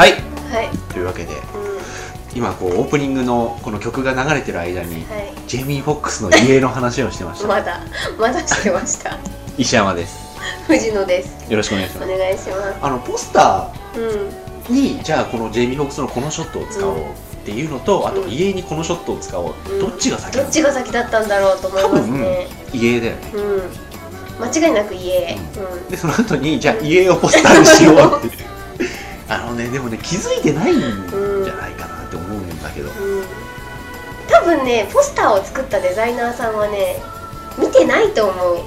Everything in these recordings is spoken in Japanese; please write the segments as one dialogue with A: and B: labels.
A: はい、
B: はい、
A: というわけで、今こうオープニングのこの曲が流れてる間に、ジェイミー・フォックスの家の話をしてました。
B: まだしてました
A: 石山です。
B: 藤野です。
A: よろしくお願いします。
B: お願いします。
A: ポスターに、じゃあこのジェイミー・フォックスのこのショットを使おうっていうのと、あと家にこのショットを使おう、どっちが先
B: どっちが先だったんだろうと思いますね。
A: 家だよね。
B: 間違いなく家。
A: でその後にじゃあ家をポスターにしようってでもね、気づいてないんじゃないかなって思うんだけど、
B: 多分ね、ポスターを作ったデザイナーさんはね、見てないと思う。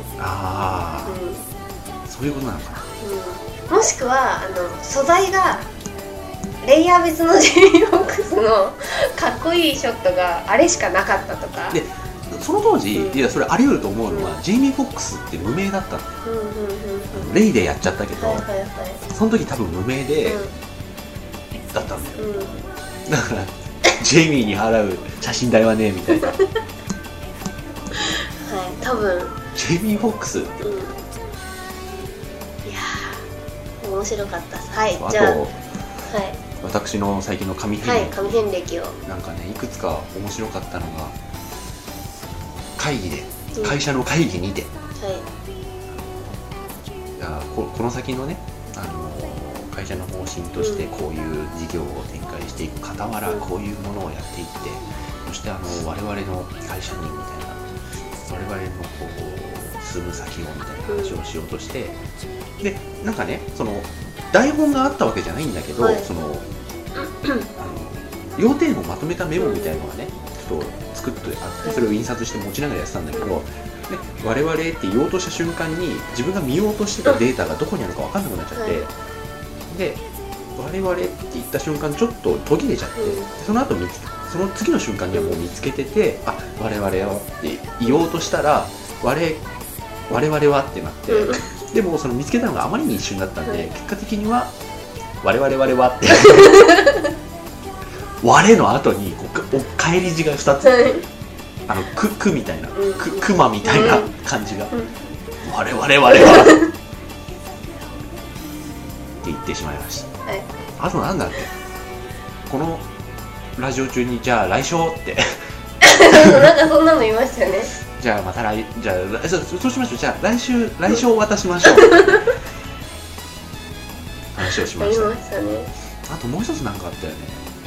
A: そういうことなのか
B: な。もしくは素材がレイヤー別のジェイミー・フォックスのかっこいいショットがあれしかなかったとか
A: で、その当時、いやそれあり得ると思うのは、ジェイミー・フォックスって無名だったんだよ。レイでやっちゃったけど、その時多分無名で、だったんだよ、だからジェイミーに払う写真代はねみたいな
B: 多分
A: ジェイミー・フォックスって、
B: いやー面白かったです。じゃあ
A: 私の最近の紙遍
B: 歴を
A: なんかね、いくつか面白かったのが、会議で、会社の会議にて、この先のね、会社の方針としてこういう事業を展開していく傍ら、こういうものをやっていって、そして我々の会社にみたいな、我々のこう進む先をみたいな話をしようとして、でなんかね、その台本があったわけじゃないんだけど、その要点をまとめたメモみたいのがね、ちょっと作ってあって、それを印刷して持ちながらやってたんだけど、で我々って言おうとした瞬間に自分が見ようとしてたデータがどこにあるか分かんなくなっちゃって、で我々って言った瞬間ちょっと途切れちゃって、その後その次の瞬間にはもう見つけてて、我々はって言おうとしたら我々はってなって、でもその見つけたのがあまりに一瞬だったんで、結果的には我々はって我の後にお返り字が2つ、くみたいな、くまみたいな感じが、我々はって言ってしまいました。あとなんだっけ、このラジオ中にじゃあ来週って
B: なんかそんなの言いましたよね。
A: じゃあまたじゃあそうしましょう。じゃあ来週を渡しましょう話をしました。あともう一つなんかあったよね。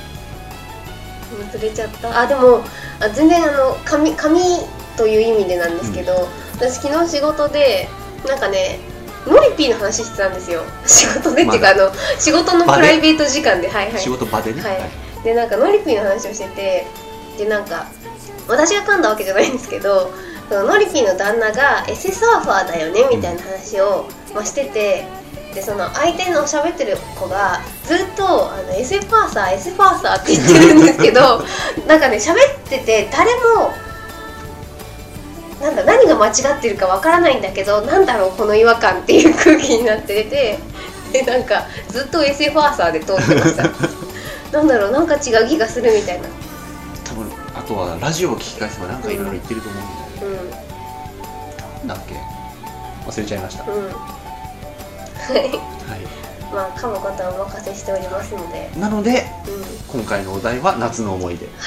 B: 忘れちゃった。でも全然紙という意味でなんですけど、私昨日仕事でなんかね、ノリピーの話してたんですよ。仕事でっていうか、仕事のプライベート時間で、
A: 仕事場でね。
B: でなんかノリピーの話をしてて、でなんか私が噛んだわけじゃないんですけど、そのノリピーの旦那がエセサーファーだよねみたいな話をしてて、でその相手の喋ってる子がずっとエセファーサーって言ってるんですけどなんかね、喋ってて誰も何が間違ってるかわからないんだけど、なんだろうこの違和感っていう空気になってて、でなんかずっとエセファーサーで通ってましたなんだろう、なんか違う気がするみたいな。
A: 多分あとはラジオを聞き返せばなんかいろいろ言ってると思うんだよね。なんだっけ、忘れちゃいました。
B: まあ噛むことはお任せしておりますので、
A: なので、今回のお題は夏の思い出。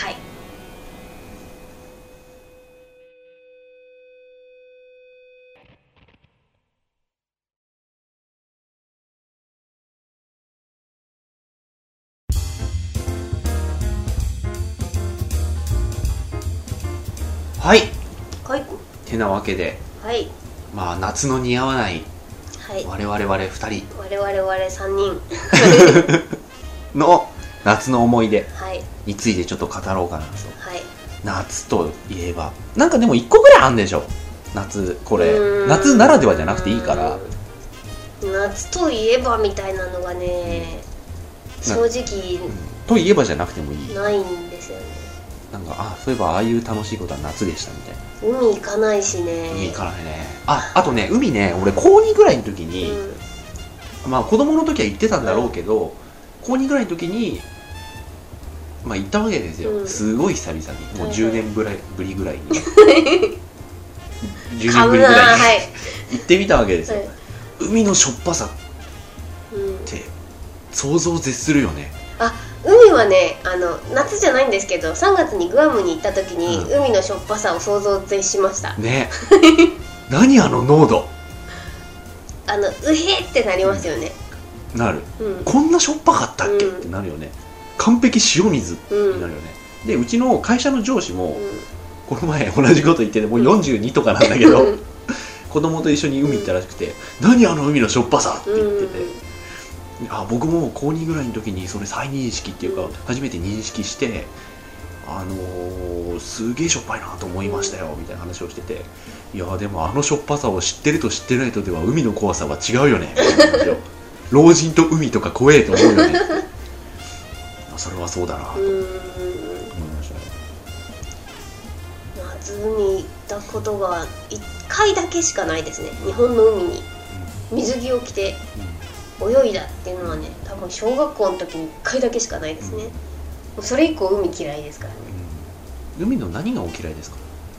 A: てなわけで、まあ夏の似合わない我々2人、
B: 我々3人
A: の夏の思い出についてちょっと語ろうかなと。夏といえばなんかでも1個ぐらいあるんでしょ。これ夏ならではじゃなくていいから、
B: 夏といえばみたいなのがね、正直
A: といえばじゃなくてもいい、
B: ないんですよね。
A: なんかそういえばああいう楽しいことは夏でしたみたいな。
B: 海行かないしね。
A: 海行かないね。あとね、海ね、俺高2ぐらいの時に、まあ子供の時は行ってたんだろうけど、高2ぐらいの時にまあ行ったわけですよ。すごい久々に、もう10年ぶりぐらいに10年ぶりぐらいに行ってみたわけですよ。海のしょっぱさって想像を絶するよね。
B: あ、海はね、夏じゃないんですけど3月にグアムに行った時に、海のしょっぱさを想像を絶しました
A: ね。何あの濃度、
B: うへってなりますよね。
A: なる、こんなしょっぱかったっけ、ってなるよね。完璧塩水になるよね。でうちの会社の上司も、この前同じこと言ってて、もう42とかなんだけど、子供と一緒に海行ったらしくて、何あの海のしょっぱさって言ってて、僕も高2ぐらいの時にそれ再認識っていうか、初めて認識して、すげえしょっぱいなと思いましたよみたいな話をしてて、いやでもしょっぱさを知ってると知ってないとでは海の怖さは違うよねみたいな話を老人と海とか怖えと思うよね。それはそうだなと思いましたね。
B: 夏海行ったことが1回だけしかないですね。日本の海に水着を着て泳いだっていうのはね、多分小学校の時に1回だけしかないですね。もうそれ以降海嫌いですからね。
A: 海の何がお嫌いですか？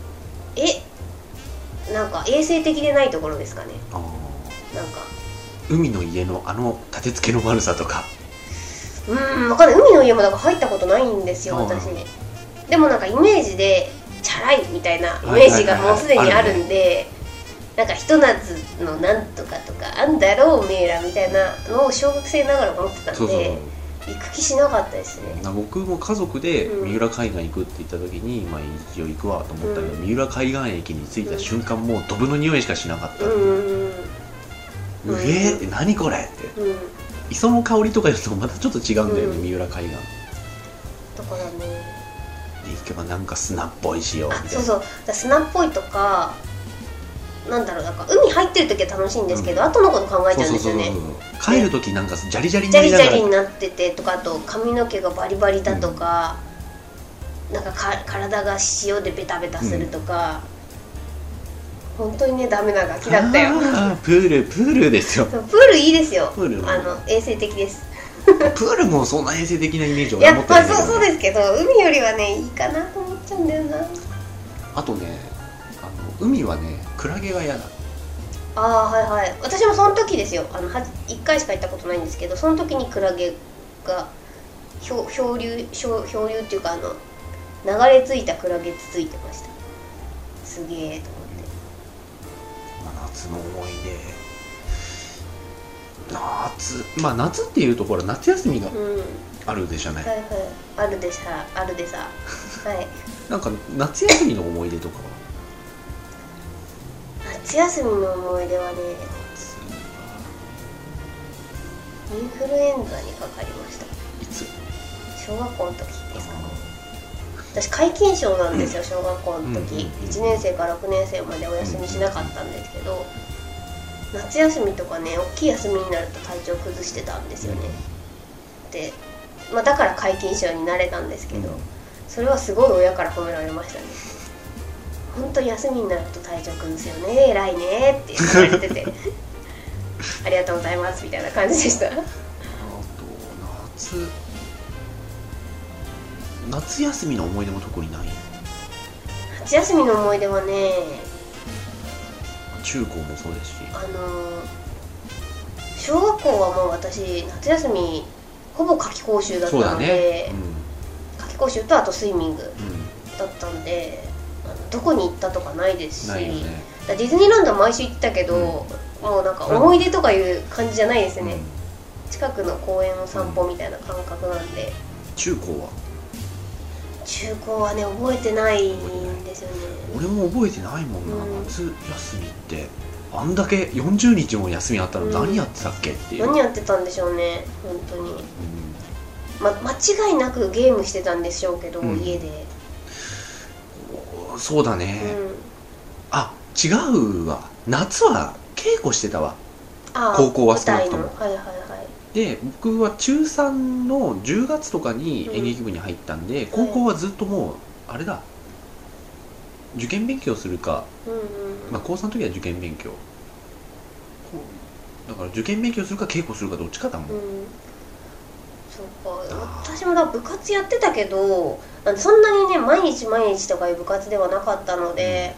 B: なんか衛生的でないところですかね。なんか
A: 海の家の立て付けの悪さとか。
B: 分かんない。海の家もだから入ったことないんですよ私ね。でもなんかイメージでチャラいみたいなイメージがもうすでにあるんで、なんかひと夏のなんとかとかあんだろうメーラみたいなのを小学生ながら思ってたんで、行く気しなかったですね。
A: 僕も家族で三浦海岸行くって言った時に、一応行くわと思ったけど、三浦海岸駅に着いた瞬間、もうドブの匂いしかしなかった。って何これって、磯の香りとか言うとまたちょっと違うんだよね、三浦海岸
B: だからね。
A: で行けばなんか砂っぽいしよみたいな。
B: そうそう、砂っぽいとか、なんだろう、なんか海入ってる時は楽しいんですけど、後のこと考えちゃうんですよね。
A: 帰る時なんかジャリジャリに
B: なりながら、ジャリジャリになっててとか、あと髪の毛がバリバリだとか、なんか体が塩でベタベタするとか、本当にねダメなガキだったよ。
A: プールですよ。
B: プールいいですよ。
A: プール
B: 衛生的です。
A: プールもそんな衛生的なイメージを持ってるんだけど、
B: そうですけど、海よりはねいいかなと思っちゃうんだよな。
A: あとね、海はねクラゲが嫌だ。
B: はいはい、私もその時ですよ。1回しか行ったことないんですけど、その時にクラゲが漂流っていうか、流れ着いたクラゲついてました。すげえと思って。
A: 夏の思い出、夏っていうところ、夏休みがあるでしょね。
B: はいはい、あるでさはい。
A: なんか夏休みの思い出とかは？
B: 夏休みの思い出はね、インフルエンザにかかりました。
A: いつ？
B: 小学校の時ですかね。私皆勤賞なんですよ、小学校の時。1年生から6年生までお休みしなかったんですけど、夏休みとかね、大きい休みになると体調崩してたんですよね。で、だから皆勤賞になれたんですけど、それはすごい親から褒められましたね。本当に休みになると体調崩すよね、偉いねって言われててありがとうございますみたいな感じでした。あと
A: 夏休みの思い出も特にない。
B: 夏休みの思い出はね、
A: 中高もそうですし、
B: 小学校はもう私夏休みほぼ夏期講習だったので、夏期講習とあとスイミングだったんで、どこに行ったとかないですし、ディズニーランドは毎週行ってたけど、もうなんか思い出とかいう感じじゃないですね。近くの公園を散歩みたいな感覚なんで。
A: 中高はね覚えてないんですよね。俺も覚えてないもんな、夏休みってあんだけ40日も休みあったの何やってたっけっていう。
B: 何やってたんでしょうね、本当に。間違いなくゲームしてたんでしょうけど、家で。
A: そうだね、違うわ、夏は稽古してたわ。高校は少なくとも。で僕は中3の10月とかに演劇部に入ったんで、高校はずっともうあれだ、受験勉強するか、高3の時は受験勉強だから、受験勉強するか稽古するかどっちかだもん。
B: そうか、私も部活やってたけど、そんなにね毎日とかいう部活ではなかったので、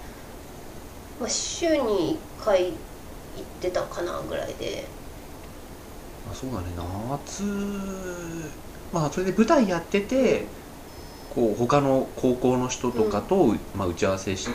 B: 週に1回行ってたかなぐらいで。
A: そうだね、夏、まあそれで舞台やってて、こう他の高校の人とかと、まあ、打ち合わせして、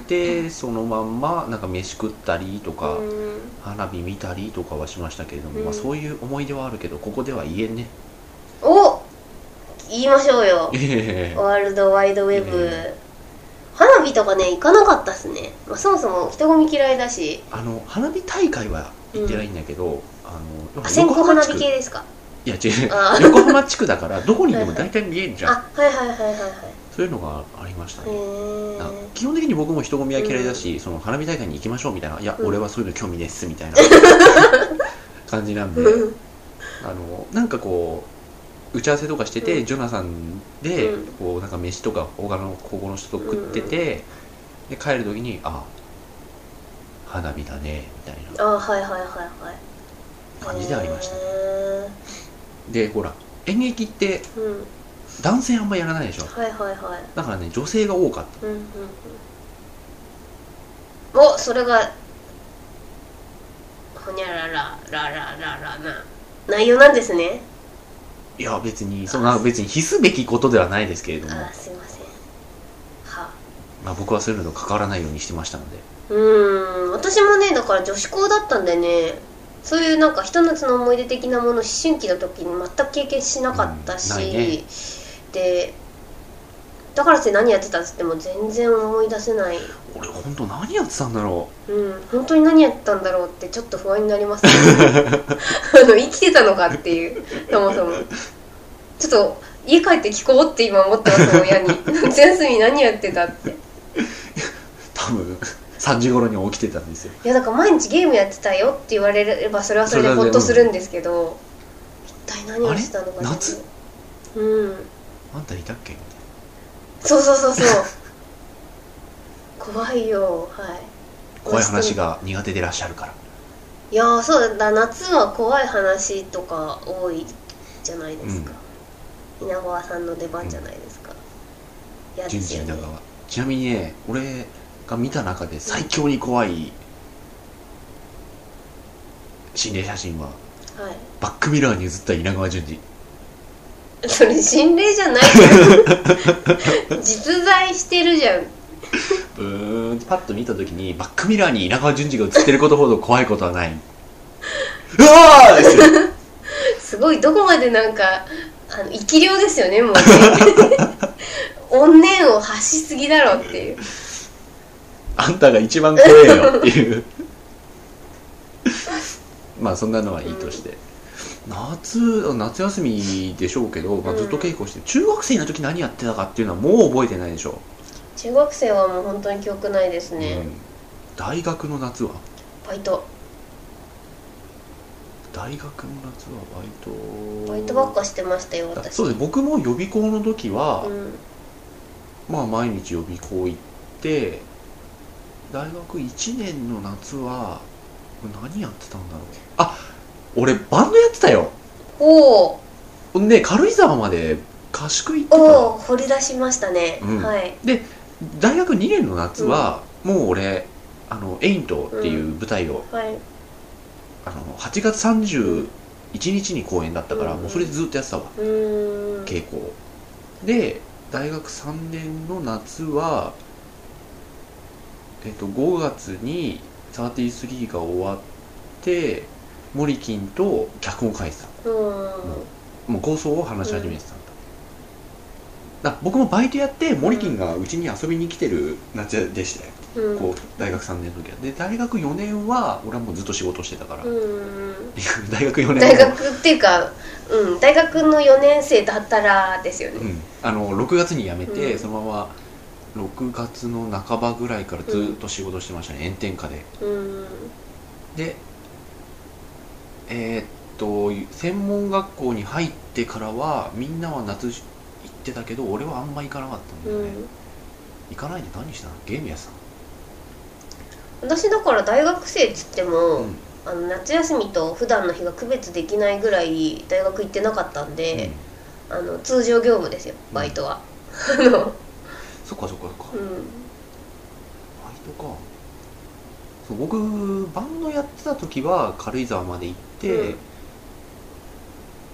A: そのまんまなんか飯食ったりとか、花火見たりとかはしましたけれども、まあ、そういう思い出はあるけどここでは言えんね。
B: お、言いましょうよ。ワールドワイドウェブ、花火とかね行かなかったっすね、まあ、そもそも人混み嫌いだし。
A: 花火大会は行ってないんだけど、
B: 線香花火系ですか？
A: いや違う、横浜地区だからどこにでも大体見えるじゃん。
B: はいはいはいはいはい。
A: そういうのがありましたね。基本的に僕も人混みは嫌いだし、その花火大会に行きましょうみたいな、いや、俺はそういうの興味ですみたいな感じなんで、なんかこう打ち合わせとかしてて、ジョナサンでこうなんか飯とか他の高校の人と食ってて、で帰る時に花火だねみたいな
B: はいはいはいはい
A: 感じでありましたね。でほら演劇って男性あんまやらないでしょ。
B: はいはいはい。
A: だからね女性が多かった。
B: お、それがほにゃららららららな内容なんですね。
A: いや別にそんな別に秘すべきことではないですけれども、
B: すいません。
A: まあ僕はそういうのと関わらないようにしてましたので。
B: 私もねだから女子校だったんでね、そういうなんかひと夏の思い出的なもの思春期の時に全く経験しなかったし、ね、でだからって何やってたっつっても全然思い出せない。
A: 俺本当何やってたんだろ
B: う。本当に何やってたんだろうってちょっと不安になりますね生きてたのかっていう、そもそもちょっと家帰って聞こうって今思ってますもん親に夏休み何やってたって
A: 多分3時頃に起きてたんですよ。
B: いやだから毎日ゲームやってたよって言われればそれはそれでホッとするんですけど、一体何をしてたのか。
A: 夏あんたいたっけみたいな。
B: そう怖いよ。はい、
A: 怖い話が苦手でいらっしゃるから。
B: いやそうだ、夏は怖い話とか多いじゃないですか、稲川さんの出番じゃないですか、
A: 順次稲川。ちなみにね俺が見た中で最強に怖い心霊写真は、バックミラーに映った稲川淳二。
B: それ心霊じゃないじゃん実在してるじゃん。
A: パッと見た時にバックミラーに稲川淳二が映ってることほど怖いことはない。うわーですよ
B: すごい、どこまでなんか生き量ですよねもうね怨念を発しすぎだろっていう、
A: あんたが一番怖えよっていうまあそんなのはいいとして、夏休みでしょうけど、まあ、ずっと稽古して、中学生の時何やってたかっていうのはもう覚えてないでしょ。
B: 中学生はもう本当に記憶ないですね、
A: 大学の夏は
B: バイト。
A: 大学の夏は
B: バイトばっかしてましたよ私。
A: そうです。僕も予備校の時は、まあ毎日予備校行って、大学1年の夏は何やってたんだろう。俺バンドやってたよ。で軽井沢まで合宿行ってた。
B: 掘り出しましたね、はい。で
A: 大学2年の夏は、もう俺エイントっていう舞台を、8月31日に公演だったから、もうそれでずっとやってたわ、稽古で。大学3年の夏は5月に33が終わってモリキンと脚本を書いてた。もう構想を話し始めてたんだ。僕もバイトやってモリキンがうちに遊びに来てる夏でしたよ、こう大学3年の時は。で大学4年は俺はもうずっと仕事してたから大学4年
B: 大学っていうか、大学の4年生だったらですよね、
A: 6月に辞めて、そのまま6月の半ばぐらいからずっと仕事してましたね、炎天下で。で専門学校に入ってからはみんなは夏行ってたけど俺はあんま行かなかったんだよね、行かないで何したの？ゲームやってたの？
B: 私だから大学生っつっても、夏休みと普段の日が区別できないぐらい大学行ってなかったんで、通常業務ですよバイトは、
A: そっか、バイトか。そう僕バンドやってた時は軽井沢まで行って、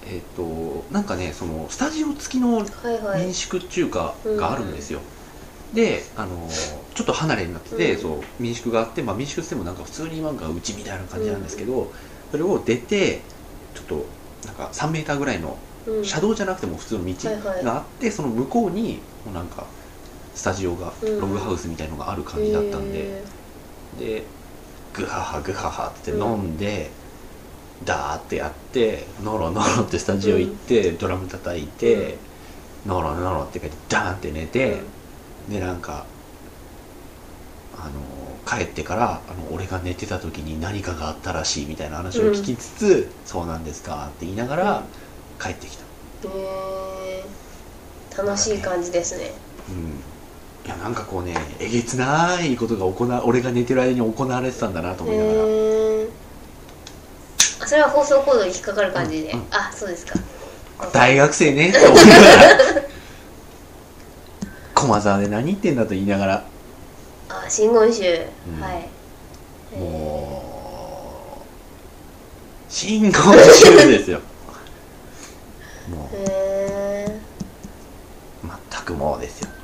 A: なんかねそのスタジオ付きの
B: はいはい
A: 民宿っていうかがあるんですよ、でちょっと離れになってて、そう民宿があって、まあ、民宿ってもなんか普通になんかうちみたいな感じなんですけど、それを出てちょっとなんか3メーターぐらいの車道じゃなくても普通の道があって、その向こうにもうなんかスタジオがログハウスみたいのがある感じだったんで、でグハハグハハって飲んで、ダーってやってノロノロってスタジオ行って、ドラム叩いて、ノロノロって書いてダーンって寝て、でなんか帰ってから俺が寝てた時に何かがあったらしいみたいな話を聞きつつ、そうなんですかって言いながら帰ってきた。
B: 楽しい感じですね。
A: いやなんかこうね、えげつないことが俺が寝てる間に行われてたんだなと思いながら、
B: それは放送コードに引っかかる感じで、あ、そうですか。
A: 大学生ねって思いながら駒沢で何言ってんだと言いながら、
B: あ、真言宗、はい、
A: もう真言宗ですよもう全くもうですよ。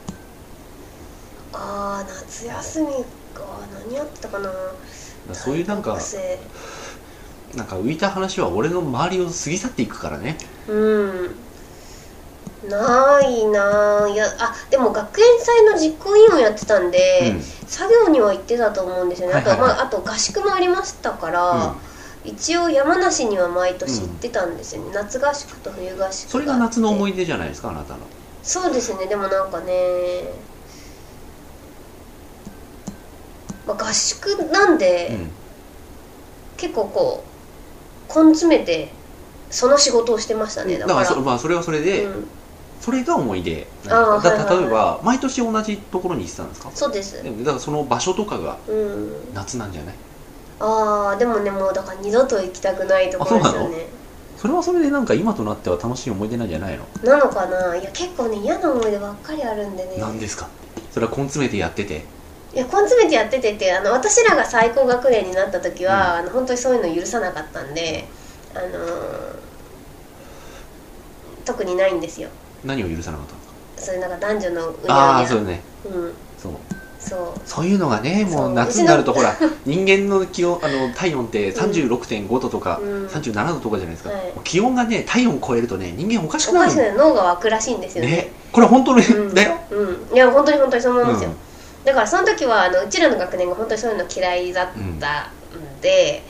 B: ああ、夏休みか、何やってたかな。
A: そういうなんか浮いた話は俺の周りを過ぎ去っていくからね。
B: ないな。いや、でも学園祭の実行委員をやってたんで、作業には行ってたと思うんですよね。あと合宿もありましたから、一応山梨には毎年行ってたんですよね、夏合宿と冬合宿。
A: それが夏の思い出じゃないですか、あなたの。
B: そうですね。でもなんかね、合宿なんで、結構こう根詰めてその仕事をしてましたね。だから
A: それはそれで、それが思い出なんですか。例えば毎年同じところに行ってたんですか。
B: そうです。
A: だからその場所とかが夏なんじゃない？
B: でもね、もうだから二度と行きたくないところですよね。
A: それはそれでなんか今となっては楽しい思い出なんじゃないの？
B: なのかな。いや結構ね、嫌な思い出ばっかりあるんでね。
A: 何ですか？それは根詰めてやってて。
B: いや、根詰めてやっててって、私らが最高学年になった時は、本当にそういうの許さなかったんで、特にないんですよ。
A: 何を許さなかったんですか？
B: そういうなんか男女のうにゃうにゃ。
A: そうね。そういうのがね、もう夏になるとほら人間の気温体温って 36.5 度とか、37度とかじゃないですか、気温がね体温超えるとね人間おかしくなる。
B: 脳が湧くらしいんですよね。
A: これ本当にだよ。
B: いや本当にそう思いますよ。だからその時はうちらの学年が本当にそういうの嫌いだったんで、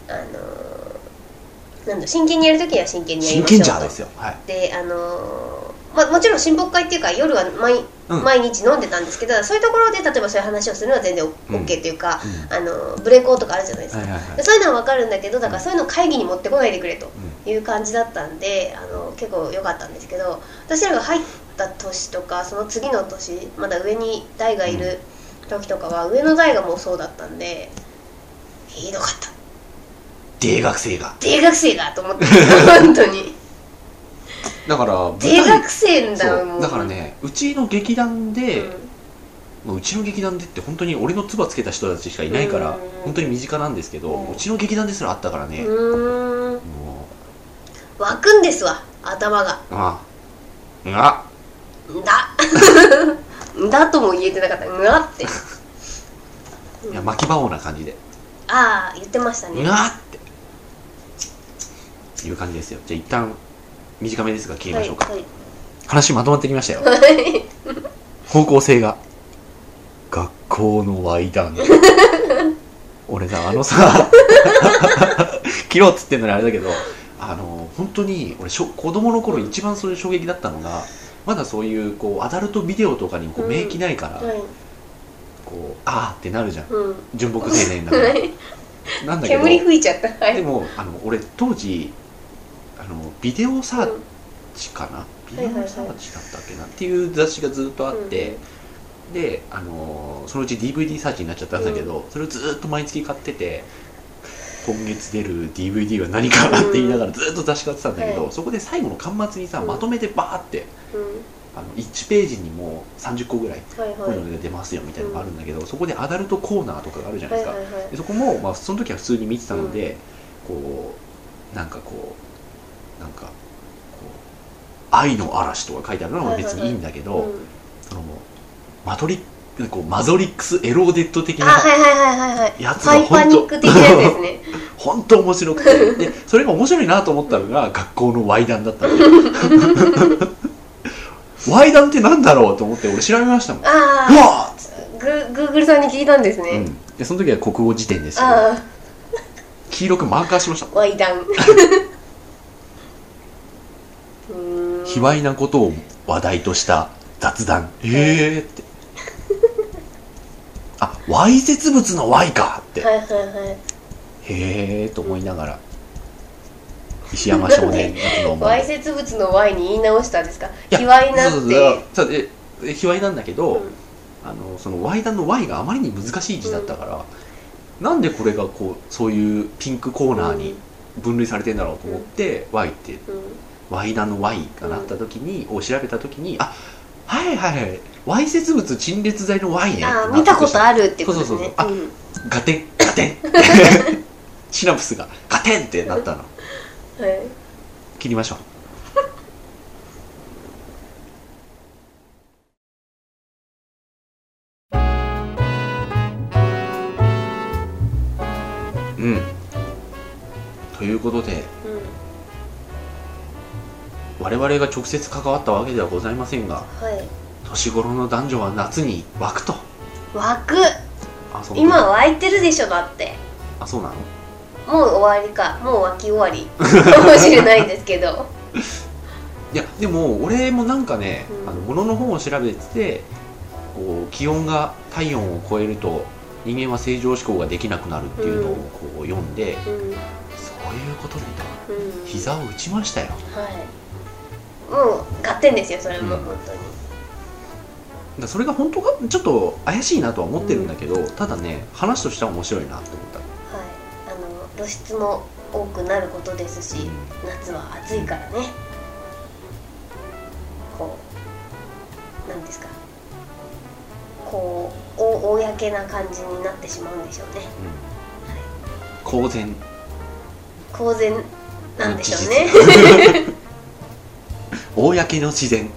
B: 真剣にやる時には真剣にやりましょうと。真剣じゃですよ。でもちろん親睦会っていうか夜は毎日飲んでたんですけど、そういうところで例えばそういう話をするのは全然 OK っていうか、ブレイクオーとかあるじゃないですか、そういうのは分かるんだけど、だからそういうのを会議に持ってこないでくれという感じだったんで、結構良かったんですけど、私らが入った年とかその次の年、まだ上に代がいる時とかは上の代がもうそうだったんで、ひどかった。
A: 大学生が
B: と思って本当に。
A: だから
B: 大学生だもん。
A: だからね、うちの劇団で、うちの劇団でって本当に俺の唾つけた人たちしかいないから本当に身近なんですけど、うちの劇団ですらあったからね、もう
B: 湧くんですわ、頭が。だとも言えてなかった。って
A: いや巻き場王な感じで
B: 言ってましたね。
A: っていう感じですよ。じゃあ一旦短めですが切りましょうか。話まとまってきましたよ。方向性が学校のワイダン俺さ切ろうっつってんのにあれだけど、本当に俺子供の頃一番それ衝撃だったのが、まだそういうこうアダルトビデオとかにこう免疫ないから、こうってなるじゃん、純朴青年だからなんだけど
B: 煙吹いちゃった。
A: でも俺当時ビデオサーチかな、ビデオサーチだったっけなっていう雑誌がずっとあって、でそのうち DVD サーチになっちゃったんだけど、それをずっと毎月買ってて、今月出る DVD は何かなって言いながらずっと雑誌買ってたんだけど、そこで最後の巻末にさまとめてバーって、1ページにも30個ぐらいこういうのが出ますよみたいなのがあるんだけど、そこでアダルトコーナーとかがあるじゃないですか。でそこもその時は普通に見てたので、こうなんか愛の嵐とか書いてあるのは別にいいんだけど、そのマゾリックスエローデッド的なやつが
B: パニック的なやつですね。
A: 本当面白くて、でそれが面白いなと思ったのが学校のワイダンだったの。ワイダンってなんだろうと思って俺調べましたもん。
B: Google さんに聞いたんですね。
A: でその時は国語辞典ですよ。黄色くマーカーしました。
B: ワイダン。
A: 卑猥なことを話題とした雑談。って。あ、わいせつ物の Y かって。へーと思いながら。石山少年の
B: わいせつ物の Y に言い直したんですか。卑猥なって。
A: 卑猥なんだけど、その Y 談の Y があまりに難しい字だったから、なんでこれがこうそういうピンクコーナーに分類されてんだろうと思って、Y って、Y 談の Y がなった時に、を調べた時に、あ、はいはいはい、わいせつ物陳列剤の Y ね。
B: 見たことあるってことですね。
A: あ、ガテンシナプスがガテンってなったの。切りましょう。ということで、我々が直接関わったわけではございませんが、年頃の男女は夏に湧くと。
B: 湧く。今湧いてるでしょ。だって。
A: あ、そうなの。
B: もう終わりか。もう湧き終わりかもしれないですけど。
A: いやでも俺もなんかね、物の本を調べてて、こう気温が体温を超えると人間は正常思考ができなくなるっていうのをこう読んで、そういうことで膝を打ちましたよ。
B: もう合点ですよ、それも本当に。
A: だそれが本当かちょっと怪しいなとは思ってるんだけど、ただね、話としては面白いなと思った。
B: 露出も多くなることですし、夏は暑いからね、こうなんですか、こう公な感じになってしまうんでしょうね。
A: 公然
B: なんでしょうね。
A: 公の自然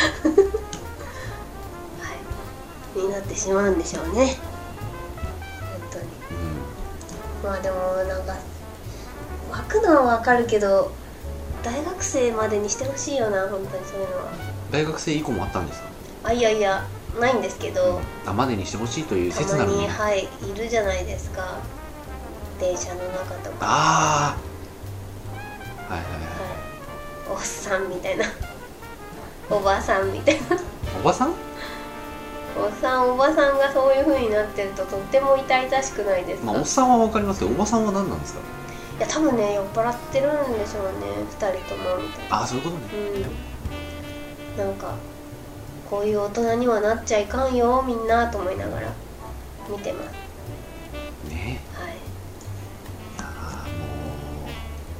B: になってしまうんでしょうね、本当に。まあでもなんか湧くのは分かるけど、大学生までにしてほしいよな、本当にそういうのは。
A: 大学生以降もあったんですか。
B: いやないんですけど、
A: までにしてほしいという切なる
B: たまにいるじゃないですか、電車の中とか。おっさんみたいな、おばさんみたいな。
A: おばさん？
B: おっさんおばさんがそういう風になってるととっても痛々しくないですか。
A: おっさんは分かりますけど、おばさんは何なんですか。
B: いや多分ね、酔っ払ってるんでしょうね、2人ともみたいな。
A: そういうことね。
B: なんかこういう大人にはなっちゃいかんよみんなと思いながら見てますね。
A: もう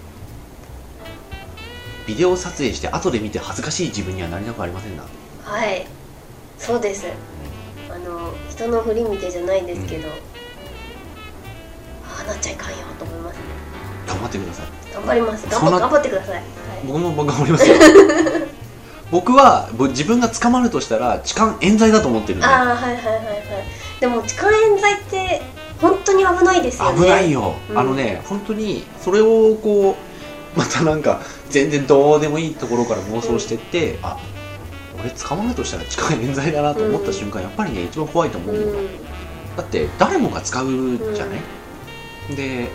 A: ビデオ撮影して後で見て恥ずかしい自分にはなりたくありませんな。
B: そうです。人の振り見てじゃないですけど、なっちゃいかんよと思いますね。
A: 頑張ってください。
B: 頑張ります。頑張ってください。
A: 僕も頑張りますよ。僕は自分が捕まるとしたら痴漢冤罪だと思ってるんで。
B: でも痴漢冤罪って本当に危ないですよね。
A: 危ないよ。本当にそれをこうまたなんか全然どうでもいいところから妄想してって、俺捕まるとしたら痴漢冤罪だなと思った瞬間、やっぱりね一番怖いと思うのが、だって誰もが使うじゃない。で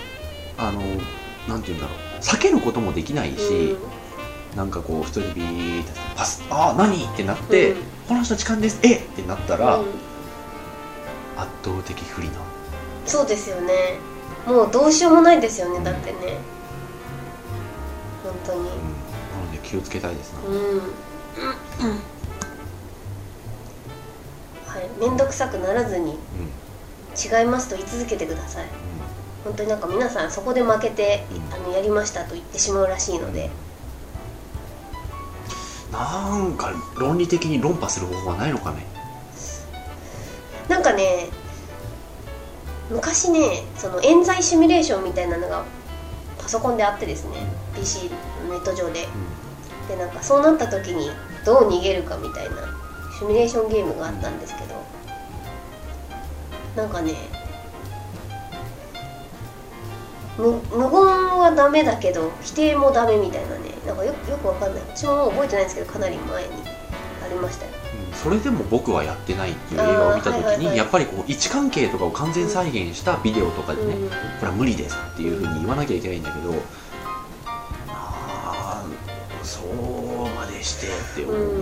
A: なんていうんだろう、避けることもできないし、なんかこう普通にビーってパス、何ってなって、この人痴漢ですってなったら、圧倒的不利な。
B: そうですよね。もうどうしようもないですよね、だってね、本当に。なの
A: で気をつけたいですな。
B: 面倒くさくならずに、違いますと言い続けてください。本当になんか皆さんそこで負けて、やりましたと言ってしまうらしいので、
A: なんか論理的に論破する方法はないのかね。
B: なんかね、昔ね、その冤罪シミュレーションみたいなのがパソコンであってですね、PC ネット上で、 でなんかそうなった時にどう逃げるかみたいなシミュレーションゲームがあったんですけど、なんかね無言はダメだけど否定もダメみたいなね、なんかよくわかんない、私ももう覚えてないんですけどかなり前にありましたよ。
A: それでも僕はやってないっていう映画を見た時に、やっぱりこう位置関係とかを完全再現したビデオとかでね、これは無理ですっていうふうに言わなきゃいけないんだけど、そうまでしてって思う、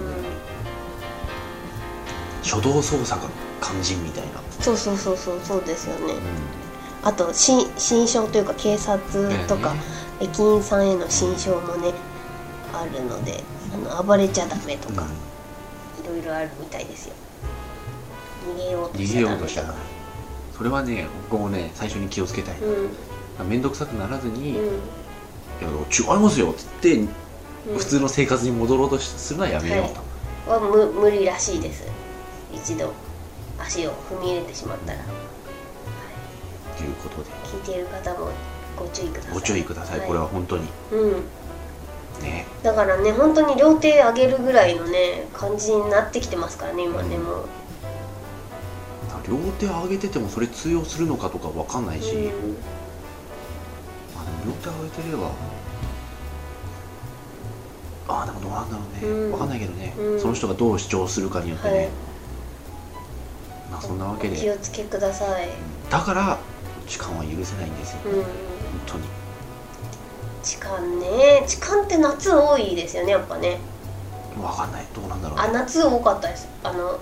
A: 初動操作が肝心みたいな。
B: そうですよね、あと心証というか警察とか駅員さんへの心証もねあるので、暴れちゃダメとか、いろいろあるみたいですよ。逃げようとしたら
A: それはね僕もね最初に気をつけたい、面倒くさくならずに、いや違いますよって言って、普通の生活に戻ろうとするのはやめようと、
B: は無理らしいです。一度足を踏み入れてしまったら、
A: ということで
B: 聞いている方もご注意ください。
A: ご注意ください、これは本当に、ね、
B: だからね本当に両手上げるぐらいのね感じになってきてますからね今ね、もう
A: 両手上げててもそれ通用するのかとかわかんないし、でも両手上げてればでもどうなんだろうね、わかんないけどね、その人がどう主張するかによってね、そんなわけで
B: 気をつけください。
A: だから痴漢は許せないんですよ、本当に。
B: 痴漢って夏多いですよね、やっぱね。
A: わかんない、どうなんだろうね。
B: 夏多かったです。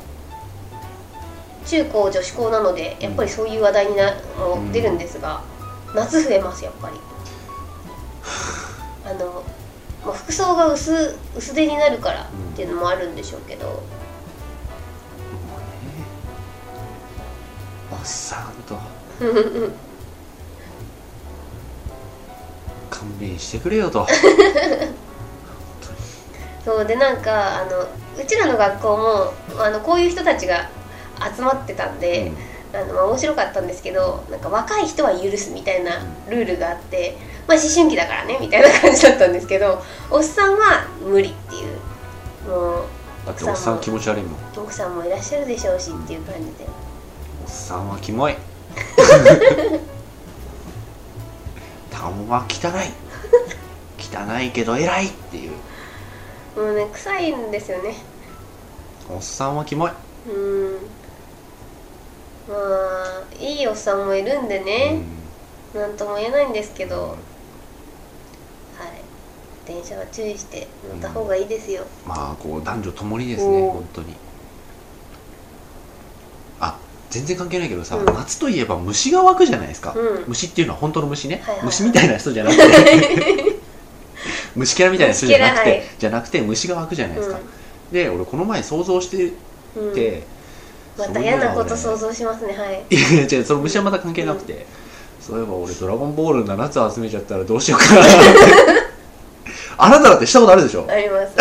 B: 中高女子校なのでやっぱりそういう話題にも出るんですが、夏増えますやっぱり。服装が薄手になるからっていうのもあるんでしょうけど、
A: おっさんと勘弁してくれよと
B: そうで、なんかうちらの学校もこういう人たちが集まってたんで、面白かったんですけど、なんか若い人は許すみたいなルールがあって、思春期だからねみたいな感じだったんですけど、おっさんは無理っていう、もう
A: だっておっさん気持ち悪いもん、
B: 奥さんもいらっしゃるでしょうしっていう感じで、
A: おっさんはキモいタモは汚いけど偉いっていう、
B: もうね臭いんですよね。
A: おっさんはキモい。
B: まあいいおっさんもいるんでね、なんとも言えないんですけど、電車は注意して乗った方がいいですよ。
A: こう男女ともにですね、本当に。全然関係ないけどさ、夏といえば虫が湧くじゃないですか、虫っていうのは本当の虫ね、虫みたいな人じゃなくて虫キャラみたいな人じゃなくて虫が湧くじゃないですか、で俺この前想像してて、
B: また嫌なこと想像しますね。
A: いや違う、その虫はまた関係なくて、そういえば俺ドラゴンボール7つ集めちゃったらどうしようかなあなただってしたことあるでしょ。
B: あります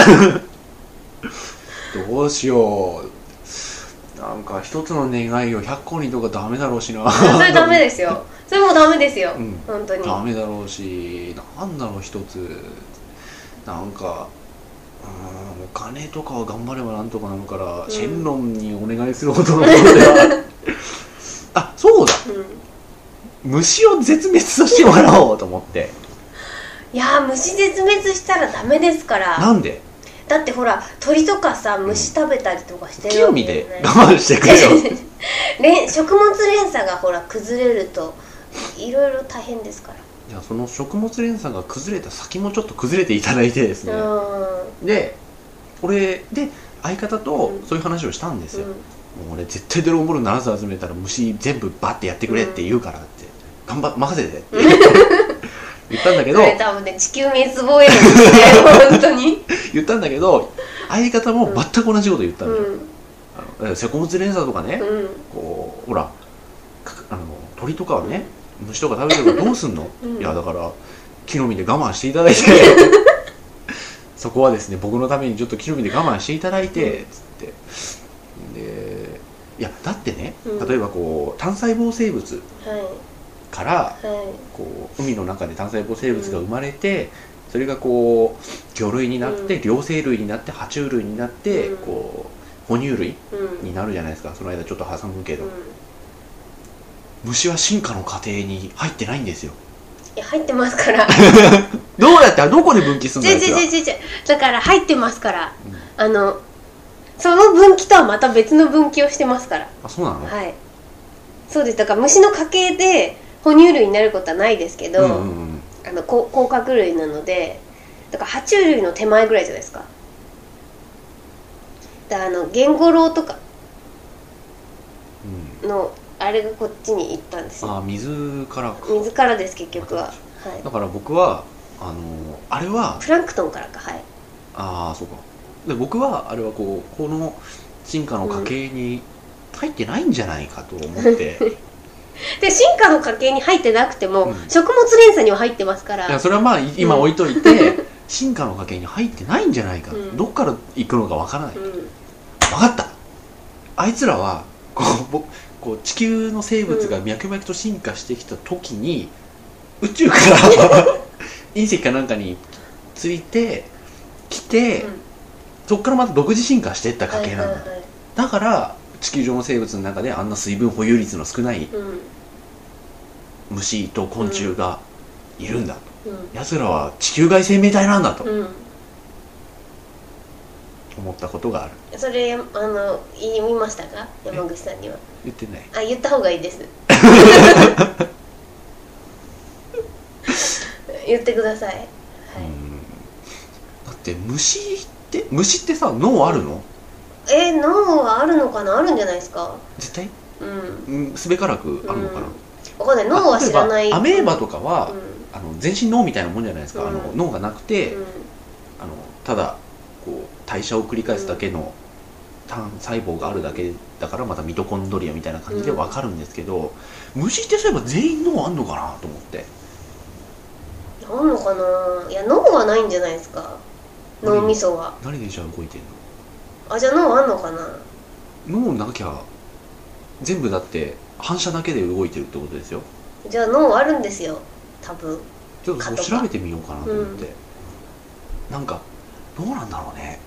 A: どうしよう、なんか一つの願いを100個にとかダメだろうしな
B: それダメですよ、それもダメですよ、本当に
A: ダメだろうし、なんだろう一つなんかお金とかは頑張ればなんとかなるから、シェンロンにお願いするほどのものではそうだ、虫を絶滅させてもらおうと思って。
B: いや虫絶滅したらダメですから。
A: なんで？
B: だってほら鳥とかさ虫食べたりとかしてる
A: 木の実で我慢してくれよ
B: 食物連鎖がほら崩れるといろいろ大変ですから。
A: いや、その食物連鎖が崩れた先もちょっと崩れていただいてですね、で俺で相方とそういう話をしたんですよ、もう俺絶対ドラゴンボール7つ集めたら虫全部バッてやってくれって言うからって、任せてって言ったんだけど、
B: それ多分ね地球滅亡へのですね本当に
A: 言ったんだけど、相方も全く同じこと言ったんだよ、食物連鎖とかね、こうほら鳥とかはね、虫とか食べてるからどうすんの、いやだから木の実で我慢していただいてそこはですね僕のためにちょっと木の実で我慢していただいて、つってで、いやだってね、例えばこう単細胞生物から、こう海の中で単細胞生物が生まれて、 それがこう魚類になって、両生類になって爬虫類になって、こう哺乳類になるじゃないですか。その間ちょっと挟むけど、虫は進化の過程に入ってないんですよ。
B: いや入ってますから
A: どうやってどこで分岐するんですか。
B: だから入ってますから、その分岐とはまた別の分岐をしてますから。
A: あ、そうなの。
B: はい、そうです。だから虫の家系で哺乳類になることはないですけど、甲殻類なので、だから爬虫類の手前ぐらいじゃないですか。だからゲンゴロウとかの、あれがこっちに行ったんですよ。
A: あ、水から
B: です結局は、はい、
A: だから僕はあれは
B: プランクトンからか。はい。
A: ああ、そうか。で僕はあれはこの進化の過程に入ってないんじゃないかと思って、
B: で進化の過程に入ってなくても、食物連鎖には入ってますから。
A: いやそれはまあ今置いといて、進化の過程に入ってないんじゃないか、どっから行くのかわからない、分かった。あいつらはこう地球の生物が脈々と進化してきた時に、宇宙から隕石かなんかについてきて、そこからまた独自進化していった過程なんだ、だから地球上の生物の中であんな水分保有率の少ない虫と昆虫がいるんだと、奴らは地球外生命体なんだと、思ったことがある。
B: それ言いましたか、山口さんには。
A: 言ってない。
B: あ、言った方がいいです言ってください、はい、
A: だって虫ってさ、脳あるの？
B: 脳はあるのかな。あるんじゃないですか、
A: 絶対。すべからくあるのかな、
B: 分かんない。脳は知らない。
A: アメーバとかは、全身脳みたいなもんじゃないですか。脳がなくて、ただこう代謝を繰り返すだけの単細胞があるだけだから、またミトコンドリアみたいな感じで分かるんですけど、虫ってそういえば全員脳あんのかなと思って。
B: あんのかな。いや、脳はないんじゃないですか、脳みそは。
A: 何でじゃあ動いてんの？
B: あ、じゃあ脳あんのかな。
A: 脳なきゃ全部だって反射だけで動いてるってことですよ。
B: じゃあ脳あるんですよ多分。
A: ちょっとそう調べてみようかなと思って、なんかどうなんだろうね。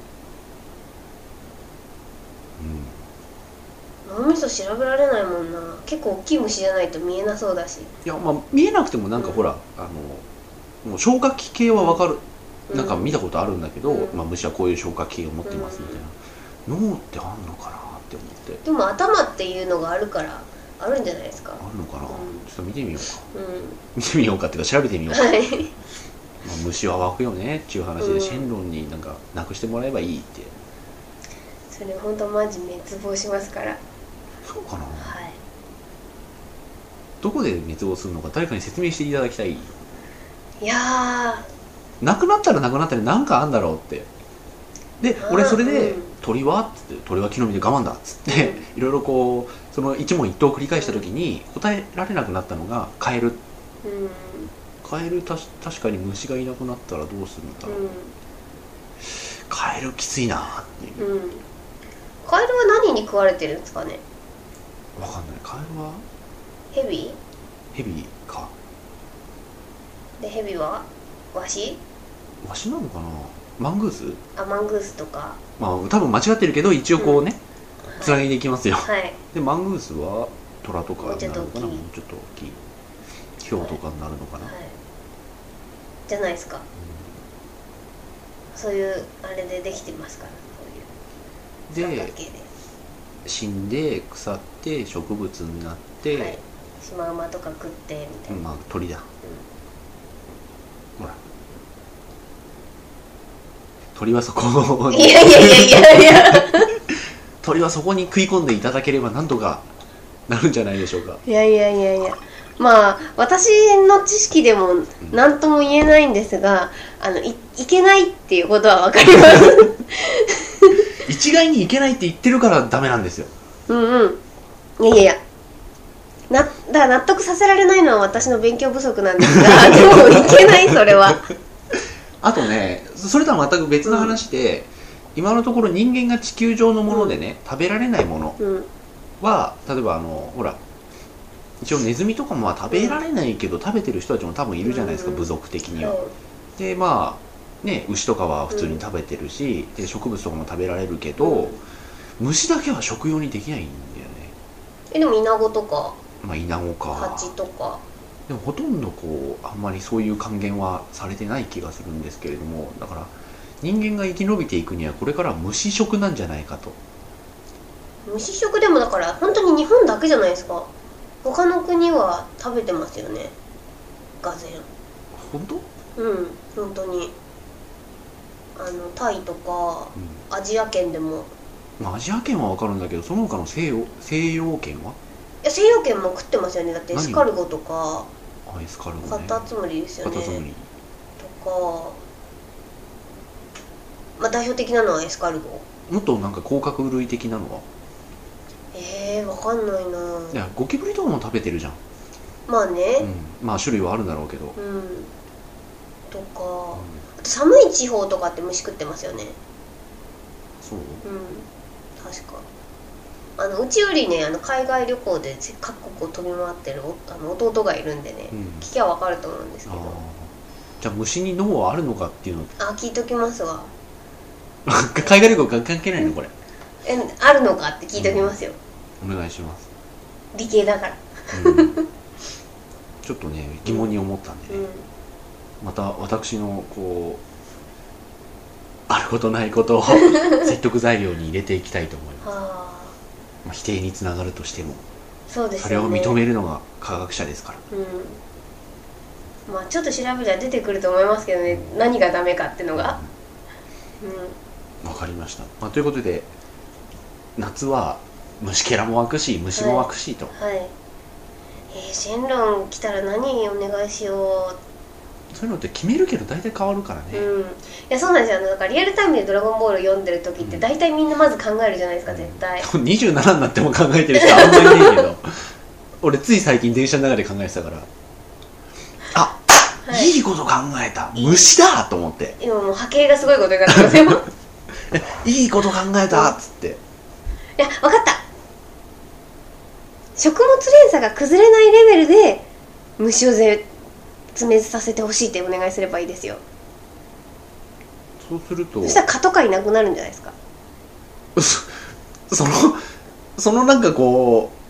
B: 脳みそ調べられないもんな。結構大きい虫じゃないと見えなそうだし。
A: いや、まあ見えなくてもなんかほら、もう消化器系は分かる、なんか見たことあるんだけど、まあ、虫はこういう消化器を持ってますみたいな、脳ってあんのかなって思って。
B: でも頭っていうのがあるからあるんじゃないですか。
A: あるのかな、ちょっと見てみようか、見てみようかっていうか調べてみようか、まあ、虫は湧くよねっていう話で、シェンロンになんかなくしてもらえばいいって。
B: それ本当マジ滅亡しますから。
A: そうかな、
B: はい、
A: どこで滅亡するのか誰かに説明していただきたい。
B: いや
A: ー、なくなったらなくなったらなんかあんだろうって。で俺それで、鳥はっつって、鳥は木の実で我慢だっつって、いろいろこうその一問一答を繰り返した時に答えられなくなったのがカエル。カエル確かに虫がいなくなったらどうするんだろう、カエルきついなっていう、
B: カエルは何に食われてるんですかね。
A: わかんない。カエルは
B: ヘビ
A: か。
B: でヘビはワシ
A: なのかな。マングース。
B: マングースとか。
A: まあ多分間違ってるけど一応こうね、つなげていきますよ。
B: はい。
A: でマングースはトラとかになるのかな。もうちょっと大きいヒョウとかになるのかな、
B: じゃないですか、そういうあれでできてますから。そういうで
A: 死んで腐って植物になって、
B: シマウマとか食ってみたいな。
A: まあ鳥だ、ほら鳥はそこに
B: いや
A: 鳥はそこに食い込んでいただければなんとかなるんじゃないでしょうか。
B: いやまあ私の知識でも何とも言えないんですが、いけないっていうことは分かります
A: 一概にいけないって言ってるからダメなんですよ。
B: いやだから納得させられないのは私の勉強不足なんですがでもいけない、それは。あ
A: とね、それとは全く別の話で、今のところ人間が地球上のものでね、食べられないものは、例えばほら一応ネズミとかも食べられないけど、食べてる人たちも多分いるじゃないですか、部族的には。でまあね、牛とかは普通に食べてるし、で植物とかも食べられるけど、虫だけは食用にできないんだよね。
B: でもイナゴとか
A: まあイナゴか。
B: ハチとか。
A: でもほとんどこうあんまりそういう還元はされてない気がするんですけれども、だから人間が生き延びていくにはこれからは虫食なんじゃないかと。
B: 虫食でもだから本当に日本だけじゃないですか。他の国は食べてますよね、がぜ
A: 本当？
B: ん。本当にタイとか、アジア圏でも。
A: まあ、アジア圏は分かるんだけど、その他の西洋圏は？
B: いや西洋圏も食ってますよね。だってエスカルゴとか
A: エスカルゴね、
B: カタツムリですよね
A: カタツムリ
B: とか、まあ代表的なのはエスカルゴ。
A: もっとなんか甲殻類的なのは？
B: わかんないな。
A: いやゴキブリとかも食べてるじゃん。
B: まあね、
A: まあ種類はあるんだろうけど、
B: とか、あと寒い地方とかって虫食ってますよね。
A: そう？
B: 確かうちよりね海外旅行で各国を飛び回ってる弟がいるんでね、聞きゃ分かると思うんですけど。
A: じゃあ虫に脳はあるのかっていうの
B: 聞いときますわ。
A: 海外旅行関係ないのこれ？
B: あるのかって聞いときますよ、
A: お願いします。
B: 理系だから、
A: ちょっとね疑問に思ったんでね、また私のこうあることないことを説得材料に入れていきたいと思います。まあ、否定につながるとしても、
B: そうですよね、
A: それを認めるのが科学者ですから。
B: まあちょっと調べたら出てくると思いますけどね、何がダメかっていうのが。
A: わかりました。まあ、ということで夏は虫けらも湧くし虫も湧くしと。
B: シェンロン来たら何お願いしよう。
A: そういうのって決めるけど大体変わるからね。
B: いやそうなんですよ。だからリアルタイムでドラゴンボール読んでる時って大体みんなまず考えるじゃないですか、絶対。
A: 27になっても考えてる人あんまりいないけど俺つい最近電車の中で考えてたから、いいこと考えた、虫だと思って。
B: 今もう波形がすごいことになってますよ
A: いいこと考えたっつって、
B: いや分かった、食物連鎖が崩れないレベルで虫を絶滅させてほしいってお願いすればいいですよ。
A: そうすると
B: そしたら蚊とかいなくなるんじゃないですか。
A: そのなんかこう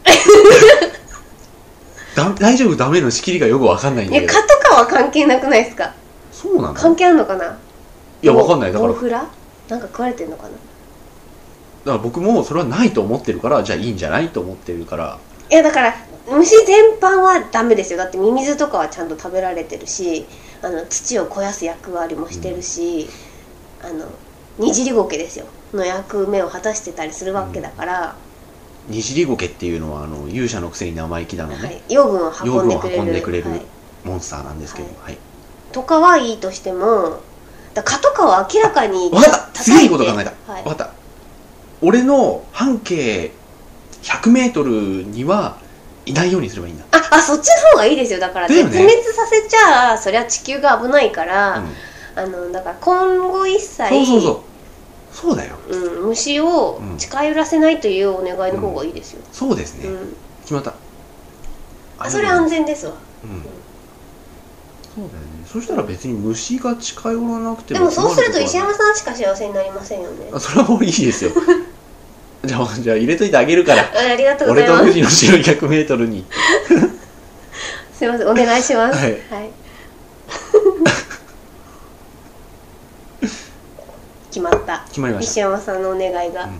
A: 大丈夫ダメの仕切りがよくわかんないんだけど。
B: いや蚊とかは関係なくないですか。
A: そうなの？
B: 関係あるのかな。
A: いやわかんない。だから
B: ボウフラなんか食われてんのかな。だ
A: から僕もそれはないと思ってるから、じゃあいいんじゃないと思ってるから。
B: いやだから虫全般はダメですよ。だってミミズとかはちゃんと食べられてるし、土を肥やす役割もしてるし、にじりゴケですよの役目を果たしてたりするわけだから、
A: にじりゴケっていうのは勇者のくせに生意気なのね、
B: 養分を運んでくれる
A: モンスターなんですけど、
B: とかはいいとしても、蚊とかは明らかに
A: 分かった、すげえいいこと考えた、分かった。俺の半径100メートルにはいないようにすればいいんだ。
B: そっちの方がいいですよ。だから絶滅させちゃそりゃ地球が危ないから、だから今後一切
A: そうだよ、
B: 虫を近寄らせないというお願いの方がいいですよ。
A: そうですね、決まった。
B: それ安全ですわ。
A: そうだよね。そしたら別に虫が近寄らなくても。
B: でもそうすると石山さんしか幸せになりませんよね。
A: それはもういいですよじゃあ入れといてあげるから。
B: ありがとうございます。
A: 俺と富士の城100メートルに
B: すいません、お願いします。決まった。
A: 決まりました。
B: 石山さんのお願いが。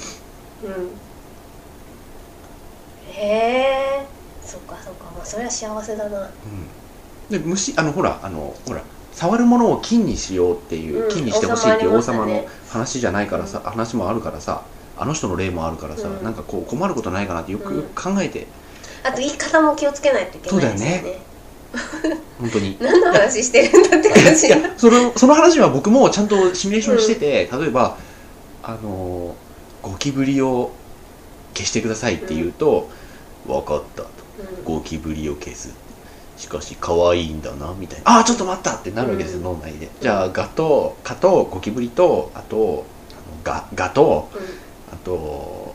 B: そっかそっか、まあそれは幸せだな。
A: で虫ほら触るものを金にしようっていう、金にしてほしいっていう王様の話じゃないからさ、話もあるからさ、あの人の例もあるからさ、なんかこう困ることないかなってよく考えて。
B: あと言い方も気をつけないといけないですよね。
A: そうだよね本当に
B: 何の話してるんだって感じ。
A: いやその話は僕もちゃんとシミュレーションしてて、例えばゴキブリを消してくださいって言うと、分かったと、ゴキブリを消す、しかし可愛いんだなみたいな、ちょっと待ったってなるわけですよ、脳内で。じゃあ蚊とゴキブリと、あとガと、あと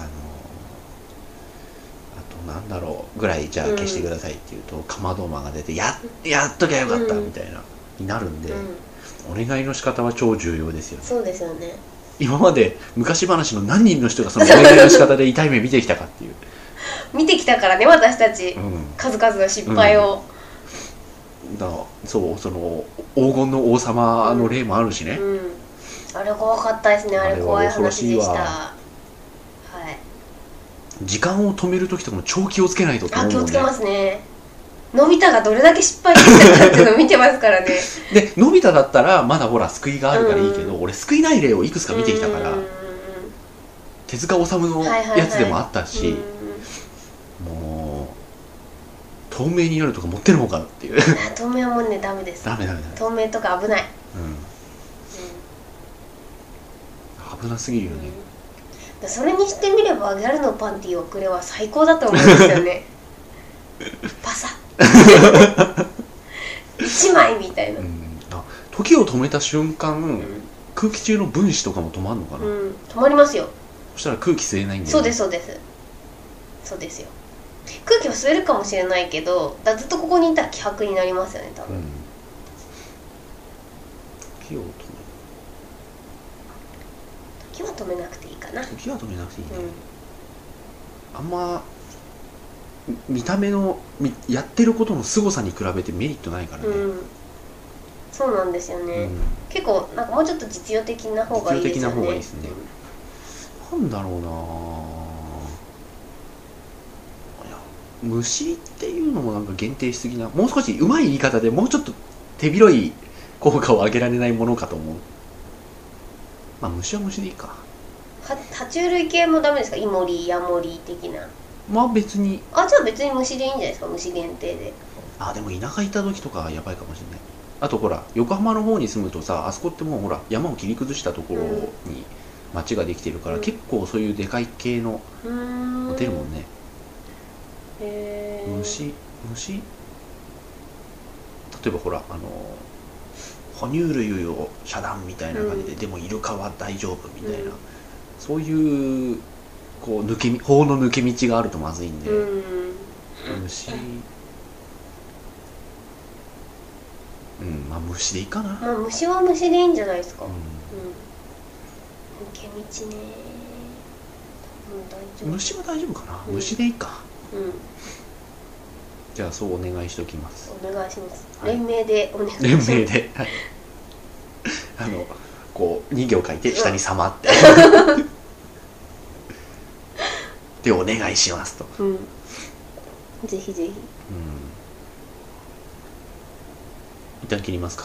A: なんだろうぐらい、じゃあ消してくださいって言うと、かまど馬が出てやっときゃよかったみたいなになるんで、 お願いの仕方は超重要ですよね。
B: そうですよね。
A: 今まで昔話の何人の人がそのお願いの仕方で痛い目見てきたかっていう
B: 見てきたからね、私たち、
A: うん、
B: 数々の失敗を、
A: だそう、その黄金の王様の例もあるしね、
B: うん、あれ怖かったですね。あれ怖い話でした。
A: はい、時間を止める時とかも超気をつけないとって思うもんね。
B: 気をつけますね。のび太がどれだけ失敗してたかっていうのを見てますからね。で
A: のび太だったらまだほら救いがあるからいいけど、俺救いない例をいくつか見てきたから、手塚治虫のやつでもあったし、もう透明になるとか持ってるのかっていう
B: 透明はもうねダメです。
A: ダメ
B: 透明とか危ない、
A: 危なすぎるよね、
B: それにしてみればギャルのパンティをくれは最高だと思うんですよね。パサ1枚みたいな、
A: 時を止めた瞬間、空気中の分子とかも止まるのかな、
B: 止まりますよ。
A: そしたら空気吸えないんだよね。
B: そうですそうですそうですよ。空気は吸えるかもしれないけど、ずっとここにいたら希薄になりますよね多分、
A: 時を止め
B: 時は止めなくていいかな。
A: 時は止めなくていいね、あんま見た目のやってることの凄さに比べてメリットないからね、
B: そうなんですよね、結構なんかもうちょっと実用的な方がいいですよね。
A: 実用的な方がいいですね、なんだろうな、虫っていうのもなんか限定しすぎな、もう少しうまい言い方でもうちょっと手広い効果を上げられないものかと思う。まあ虫は虫でいいか。
B: 爬虫類系もダメですか？イモリヤモリ的な。
A: まあ別に、
B: じゃあ別に虫でいいんじゃないですか？虫限定で。
A: でも田舎行った時とかはやばいかもしれない。あとほら横浜の方に住むとさ、あそこってもうほら山を切り崩したところに町ができてるから、結構そういうでかい系の出るもんね。虫例えばほら哺乳類を遮断みたいな感じで、でもイルカは大丈夫みたいな、そういうこう法の抜け道があるとまずいんで、虫まあ虫でいいかな。
B: まあ虫は虫でいいんじゃないですか。抜け道ね、
A: 虫は大丈夫かな、虫でいいか。じゃあそうお願いしておきます。
B: お願いします、連名でお願いします。
A: 連名でこう人形を描いて下に様ってでお願いしますと、
B: ぜひぜひ。
A: 一旦切りますか。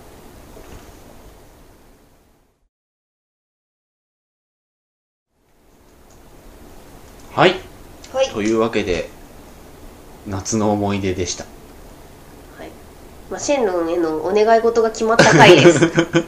A: はい、というわけで夏の思い出でした。
B: シェンロンへのお願い事が決まった回です。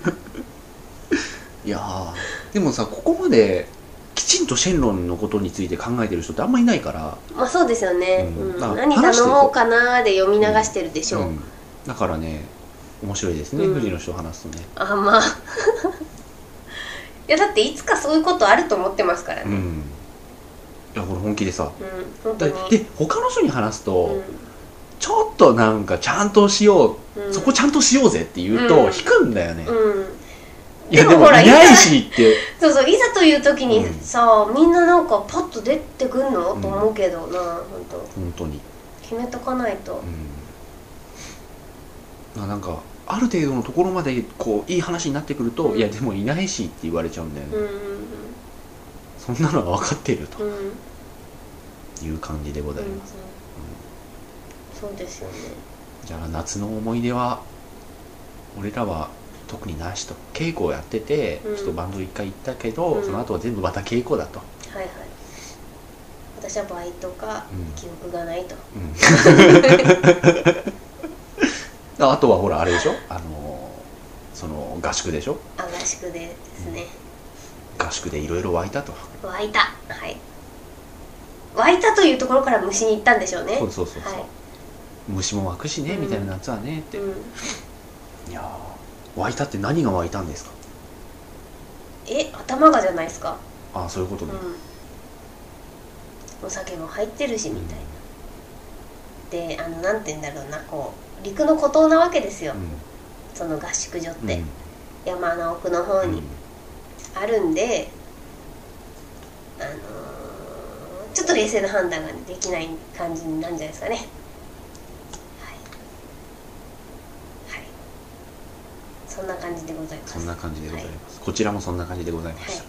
A: いやでもさ、ここまできちんとシェンロンのことについて考えてる人ってあんまりいないから。
B: まあそうですよね、何頼もうかなーで読み流してるでしょう、
A: だからね面白いですね、富士の人を話すとね。
B: まあいやだっていつかそういうことあると思ってますからね。
A: いやこれ本気でさ、
B: 本当に
A: で他の人に話すと、ちょっとなんかちゃんとしよう、そこちゃんとしようぜって言うと引くんだよね。いやでもいないしって。
B: そうそう、いざという時にさ、みんななんかパッと出てくんの、と思うけどな、
A: 本当に
B: 決めとかないと。
A: なんかある程度のところまでこういい話になってくると、いやでもいないしって言われちゃうんだよね。そんなのは分かっているという感じでございます。
B: そうですよね。
A: じゃあ夏の思い出は俺らは特になしと。稽古をやってて、ちょっとバンド1回行ったけど、その後は全部また稽古だと。
B: 私はバイトか記憶がないと。
A: あとはほらあれでしょ、その合宿でしょ。
B: 合宿でですね。
A: 合宿でいろいろ湧いたと。
B: 湧いたというところから虫に行ったんでしょうね。
A: そう、虫も湧くしね、みたいな夏はねって。いや湧いたって何が湧いたんですか？
B: 頭がじゃないですか。
A: そういうことね。
B: お酒も入ってるしみたいな。でなんて言うんだろうな、こう陸の孤島なわけですよ。 その合宿所っ
A: うん
B: て、山の奥の方にあるんで、ちょっと冷静な判断ができない感じなんじゃないですかね。はい、はい、そんな感じでございます。
A: そんな感じでございます、こちらもそんな感じでございました、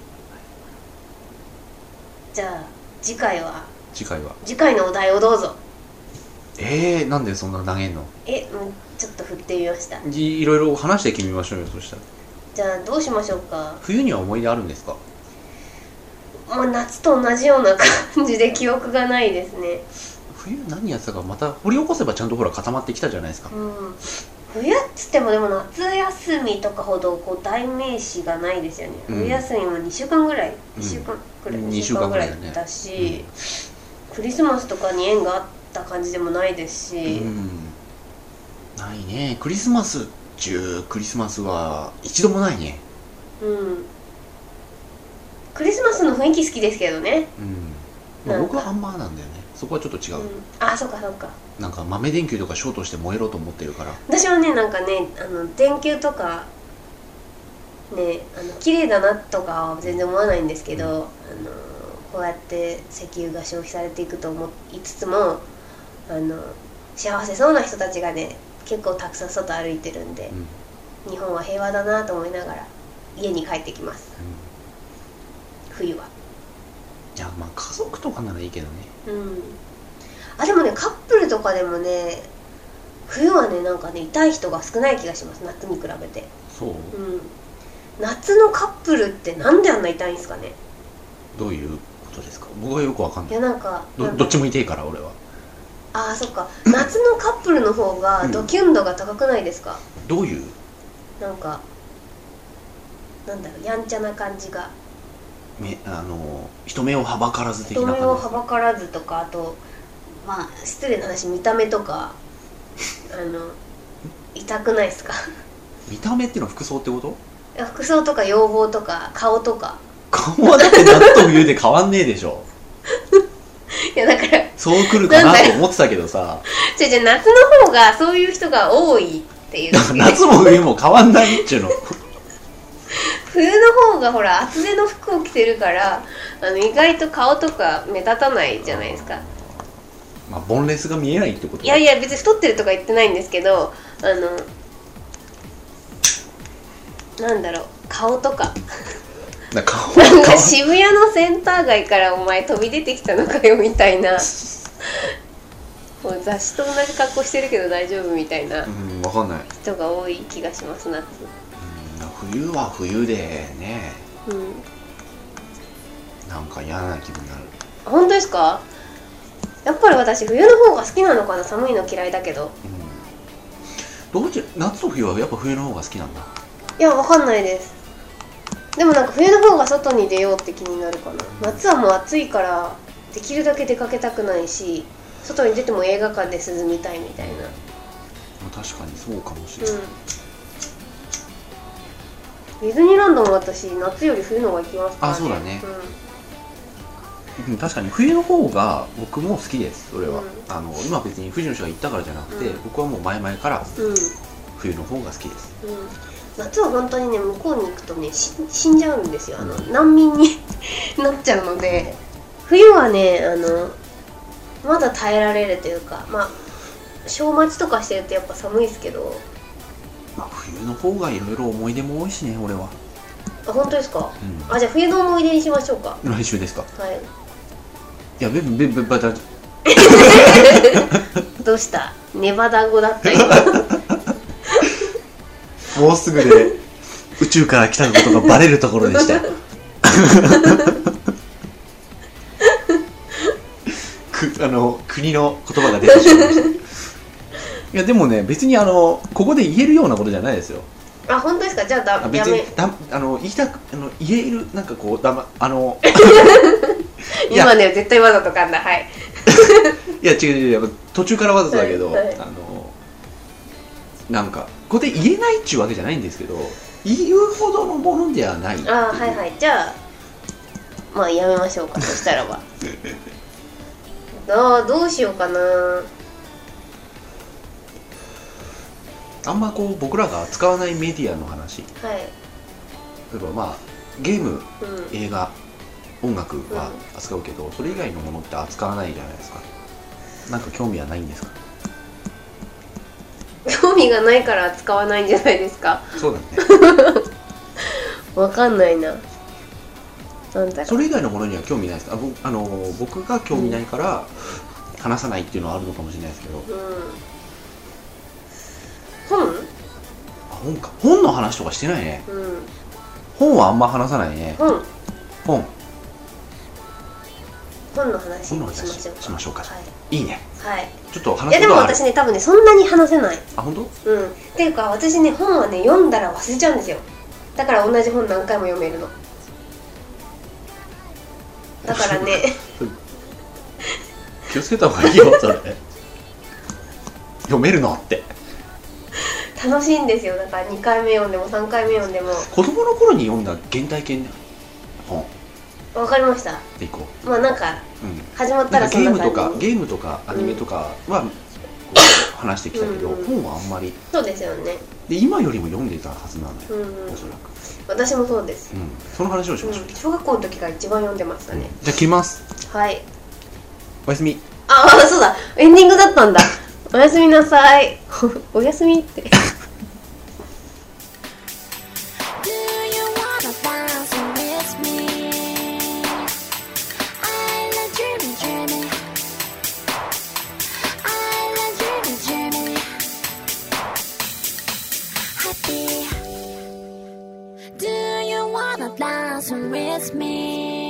B: じゃあ次回は
A: 次
B: 回のお題をどうぞ。
A: なんでそんな投げんの？
B: もうちょっと振ってみました。
A: いろいろ話して決めましょうよ。そしたら
B: じゃあどうしましょうか。
A: 冬には思い出あるんですか？
B: もう夏と同じような感じで記憶がないですね。
A: 冬何やってたかまた掘り起こせばちゃんとほら固まってきたじゃないですか。
B: 冬っつってもでも夏休みとかほどこう代名詞がないですよね、冬休みも2週間ぐらい、2週間ぐらいだし、クリスマスとかに縁があった感じでもないですし、
A: ないね。クリスマスは一度もないね。
B: クリスマスの雰囲気好きですけどね。
A: 僕はハンマーなんだよね。そこはちょっと違う、
B: あ、そうかそうか。
A: なんか豆電球とかショートして燃えろと思ってるから。
B: 私はね、なんかね、電球とかね、綺麗だなとかは全然思わないんですけど、こうやって石油が消費されていくと思いつつも、幸せそうな人たちがね結構たくさん外歩いてるんで、日本は平和だなと思いながら家に帰ってきます、冬は。
A: いや、まあ家族とかならいいけどね。
B: でもね、カップルとかでもね、冬はね、なんかね、痛い人が少ない気がします、夏に比べて。
A: そう、
B: 夏のカップルってなんであんな痛いんですかね。
A: どういうことですか？僕はよくわかんない。
B: いや、なんか
A: どっちも痛いから俺は。
B: ああ、そっか。夏のカップルの方がドキュン度が高くないですか？
A: どういう？
B: なんかなんだろう、やんちゃな感じが。
A: 人目をはばからず的な感じ。
B: 人目をはばからずとか、あとまあ失礼な話、見た目とか痛くないですか？
A: 見た目っていうのは服装ってこと？
B: いや、服装とか容貌とか顔とか。
A: 顔はだって夏と冬で変わんねえでしょ。
B: いや、だから
A: そう来るかなと思ってたけどさ。
B: じゃ夏の方がそういう人が多いっていう。
A: 夏も冬も変わんないっちゅうの。
B: 冬の方がほら厚手の服を着てるから意外と顔とか目立たないじゃないですか。
A: まあボンレスが見えないってこと？
B: いやいや、別に太ってるとか言ってないんですけど、なんだろう、顔とか。なんか渋谷のセンター街からお前飛び出てきたのかよみたいな。もう雑誌と同じ格好してるけど大丈夫みたいな
A: 分かんない
B: 人が多い気がします、夏。
A: 冬は冬でね、なんか嫌な気分になる。
B: 本当ですか？やっぱり私冬の方が好きなのかな。寒いの嫌いだけど、
A: 夏と冬はやっぱ冬の方が好きなんだ。
B: いや、わかんないです。でもなんか冬の方が外に出ようって気になるかな。夏はもう暑いからできるだけ出かけたくないし、外に出ても映画館で涼みたいみたいな。
A: 確かにそうかもしれない、
B: ディズニーランドも私夏より冬の方が行きますからね。
A: あ、そうだね、確かに冬の方が僕も好きです、それは。今別に藤野氏が言ったからじゃなくて、僕はもう前々から冬の方が好きです、
B: 夏は本当にね、向こうに行くとね、死んじゃうんですよ。難民になっちゃうので、冬はね、まだ耐えられるというか、まあ小待ちとかしてるとやっぱ寒いですけど、
A: 冬の方がいろいろ思い出も多いしね、俺は。
B: あ、本当ですか？じゃあ冬の思い出にしましょうか。
A: 来週ですか？
B: はい。
A: いや、
B: どうした？ネバ団子だった今。
A: もうすぐで宇宙から来たことがバレるところでしたよ。国の言葉が出てしまいました。いや、でもね、別にここで言えるようなことじゃないですよ。
B: あ、本当ですか？じゃあ
A: 別に言える、なんかこう
B: 今ね、絶対わざと噛んだ。はい。
A: いや、違う、途中からわざとだけど、なんかここで言えないっちゅうわけじゃないんですけど、言うほどのものではないっていう。
B: はいはい。じゃあまあやめましょうか。そしたらばどうしようかな。
A: あんまこう僕らが使わないメディアの話、
B: はい、
A: 例えばまあゲーム、
B: うん、
A: 映画、音楽は扱うけど、それ以外のものって扱わないじゃないですか。なんか興味はないんですか？
B: 興味がないから使わないんじゃないですか。
A: そうだね。
B: わかんないな。なんだろう。
A: それ以外のものには興味ないですか？僕が興味ないから話さないっていうのはあるのかもしれないですけど、
B: 本？
A: 本か。本の話とかしてないね。
B: うん。
A: 本はあんま話さないね。本
B: の話
A: しましょうか。いいね。
B: はい。
A: ちょっと話すことある。
B: いやでも私ね、多分ね、そんなに話せない。
A: あ、本当？
B: っていうか、私ね、本はね、読んだら忘れちゃうんですよ。だから同じ本何回も読めるの。だからね
A: 気をつけた方がいいよ、それ。読めるのって
B: 楽しいんですよ。だから2回目読んでも3回目読んでも。
A: 子供の頃に読んだ現代系の本
B: わかりました。
A: でいこう。
B: まあなんか、始まったらそんな感じ。
A: ゲームとかアニメとかはこう話してきたけど、本はあんまり。
B: そうですよね。
A: で今よりも読んでたはずなのよ、おそらく。
B: 私もそうです。
A: その話をしましょう。
B: 小学校の時が一番読んでましたね。
A: じゃあ切ります。
B: はい。
A: おやすみ。
B: あ、そうだ、エンディングだったんだ。おやすみなさい。おやすみって。
C: Dance with me.